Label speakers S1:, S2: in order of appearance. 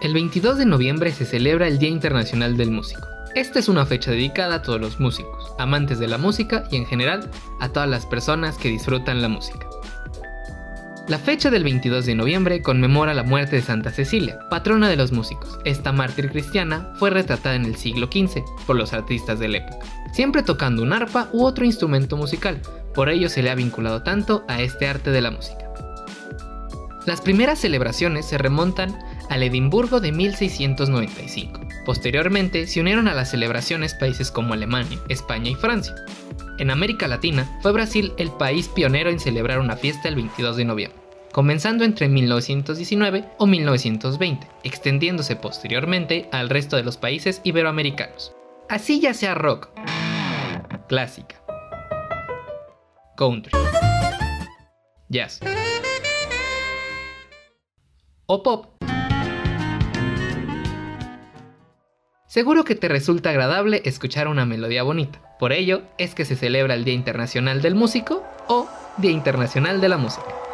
S1: El 22 de noviembre se celebra el Día Internacional del Músico. Esta es una fecha dedicada a todos los músicos, amantes de la música y en general a todas las personas que disfrutan la música. La fecha del 22 de noviembre conmemora la muerte de Santa Cecilia, patrona de los músicos. Esta mártir cristiana fue retratada en el siglo XV por los artistas de la época, siempre tocando un arpa u otro instrumento musical, por ello se le ha vinculado tanto a este arte de la música. Las primeras celebraciones se remontan al Edimburgo de 1695. Posteriormente se unieron a las celebraciones países como Alemania, España y Francia. En América Latina fue Brasil el país pionero en celebrar una fiesta el 22 de noviembre, comenzando entre 1919 o 1920, extendiéndose posteriormente al resto de los países iberoamericanos. Así ya sea rock, clásica, country, jazz o pop. Seguro que te resulta agradable escuchar una melodía bonita. Por ello es que se celebra el Día Internacional del Músico o Día Internacional de la Música.